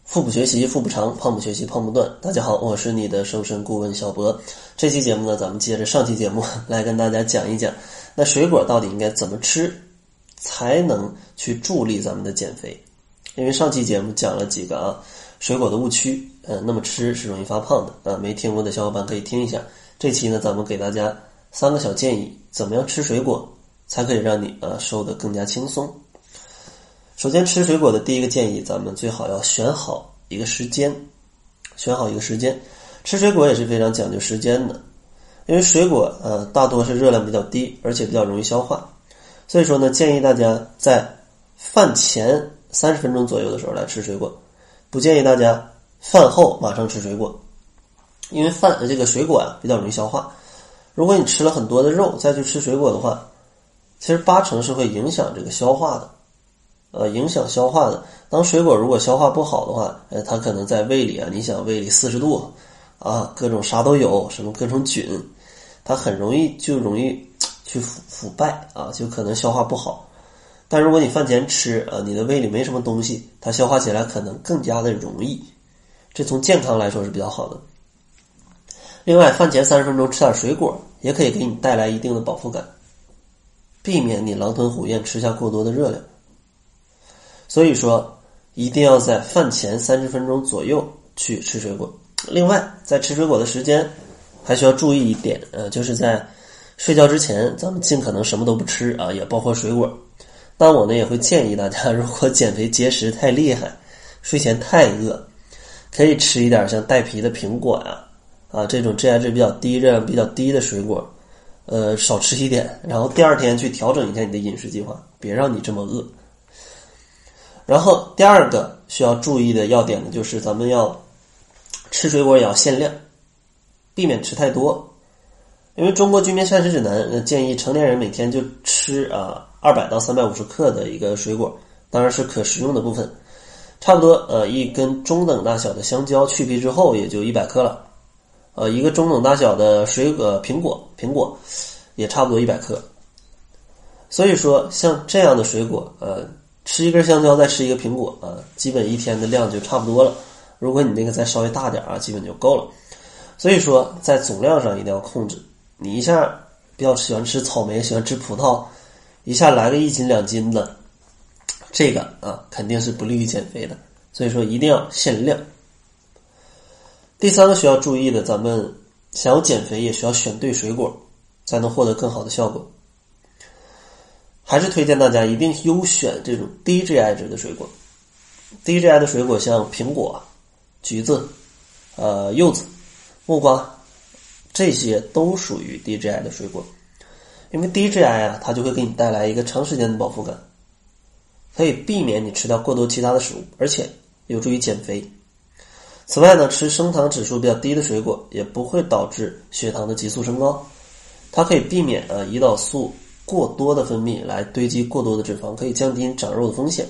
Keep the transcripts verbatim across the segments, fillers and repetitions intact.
腹部学习腹部长，胖不学习胖不断。大家好，我是你的瘦身顾问小博。这期节目呢，咱们接着上期节目来跟大家讲一讲，那水果到底应该怎么吃，才能去助力咱们的减肥。因为上期节目讲了几个啊水果的误区，呃，那么吃是容易发胖的啊，没听过的小伙伴可以听一下。这期呢，咱们给大家三个小建议，怎么样吃水果才可以让你呃瘦得更加轻松。首先吃水果的第一个建议，咱们最好要选好一个时间，选好一个时间。吃水果也是非常讲究时间的，因为水果呃大多是热量比较低，而且比较容易消化，所以说呢，建议大家在饭前三十分钟左右的时候来吃水果，不建议大家饭后马上吃水果，因为饭这个水果啊比较容易消化。如果你吃了很多的肉再去吃水果的话，其实八成是会影响这个消化的。呃，影响消化的。当水果如果消化不好的话，呃，它可能在胃里啊，你想胃里四十度啊，各种啥都有，什么各种菌，它很容易就容易去腐腐败啊，就可能消化不好。但如果你饭前吃啊，你的胃里没什么东西，它消化起来可能更加的容易，这从健康来说是比较好的。另外，饭前三十分钟吃点水果，也可以给你带来一定的饱腹感，避免你狼吞虎咽吃下过多的热量。所以说一定要在饭前三十分钟左右去吃水果。另外在吃水果的时间还需要注意一点，呃，就是在睡觉之前咱们尽可能什么都不吃啊，也包括水果。但我呢也会建议大家，如果减肥节食太厉害，睡前太饿，可以吃一点像带皮的苹果呀、啊，啊这种 G I 值比较低、热量比较低的水果，呃少吃一点，然后第二天去调整一下你的饮食计划，别让你这么饿。然后第二个需要注意的要点呢，就是咱们要吃水果也要限量，避免吃太多。因为中国居民膳食指南、呃、建议成年人每天就吃啊二百到三百五十克的一个水果，当然是可食用的部分。差不多呃一根中等大小的香蕉去皮之后也就一百克了。呃一个中等大小的水果苹果苹果也差不多一百克。所以说像这样的水果呃吃一根香蕉再吃一个苹果啊，基本一天的量就差不多了。如果你那个再稍微大点啊，基本就够了。所以说在总量上一定要控制，你一下比较喜欢吃草莓，喜欢吃葡萄，一下来个一斤两斤的，这个啊肯定是不利于减肥的。所以说一定要限量。第三个需要注意的，咱们想要减肥也需要选对水果，才能获得更好的效果。还是推荐大家一定优选这种低 G I 值的水果。低 G I 的水果像苹果、橘子、呃柚子、木瓜，这些都属于低 G I 的水果。因为低 G I 啊，它就会给你带来一个长时间的饱腹感，可以避免你吃掉过多其他的食物，而且有助于减肥。此外呢，吃升糖指数比较低的水果也不会导致血糖的急速升高，它可以避免呃胰岛素过多的分泌来堆积过多的脂肪，可以降低长肉的风险。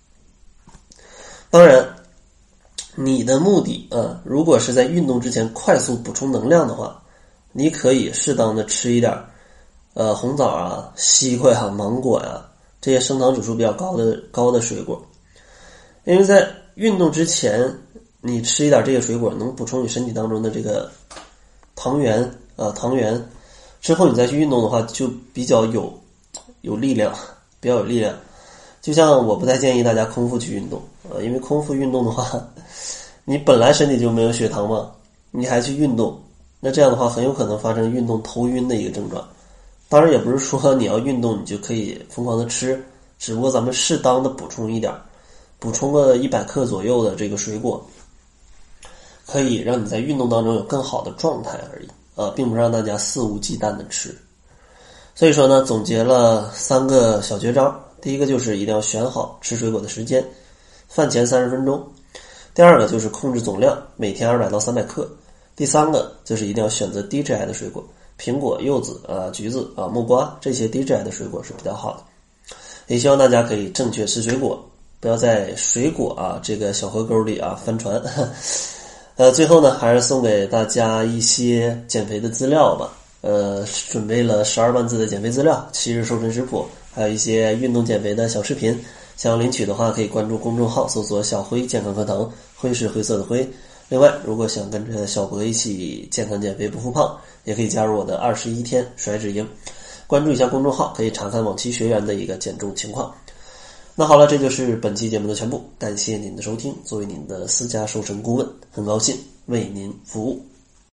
当然你的目的啊，如果是在运动之前快速补充能量的话，你可以适当的吃一点呃红枣啊、西瓜啊、芒果啊这些升糖指数比较高的高的水果。因为在运动之前你吃一点这些水果，能补充你身体当中的这个糖原啊糖原，之后你再去运动的话就比较有有力量，比较有力量。就像我不太建议大家空腹去运动啊，因为空腹运动的话，你本来身体就没有血糖嘛，你还去运动，那这样的话很有可能发生运动头晕的一个症状。当然也不是说你要运动你就可以疯狂的吃，只不过咱们适当的补充一点，补充个一百克左右的这个水果，可以让你在运动当中有更好的状态而已啊，并不是让大家肆无忌惮的吃。所以说呢，总结了三个小绝招。第一个就是一定要选好吃水果的时间，饭前三十分钟。第二个就是控制总量，每天二百到三百克。第三个就是一定要选择低 G I 的水果，苹果、柚子、啊橘子、啊木瓜，这些低 G I 的水果是比较好的。也希望大家可以正确吃水果，不要在水果啊这个小河沟里啊翻船。呃，最后呢，还是送给大家一些减肥的资料吧。呃，准备了十二万字的减肥资料，七日瘦身食谱，还有一些运动减肥的小视频， 想领取的话，可以关注公众号，搜索小辉健康课堂，辉是灰色的灰。另外，如果想跟着小博一起健康减肥不复胖，也可以加入我的二十一天甩脂营，关注一下公众号，可以查看往期学员的一个减重情况。那好了，这就是本期节目的全部，感谢您的收听。作为您的私家瘦身顾问，很高兴为您服务。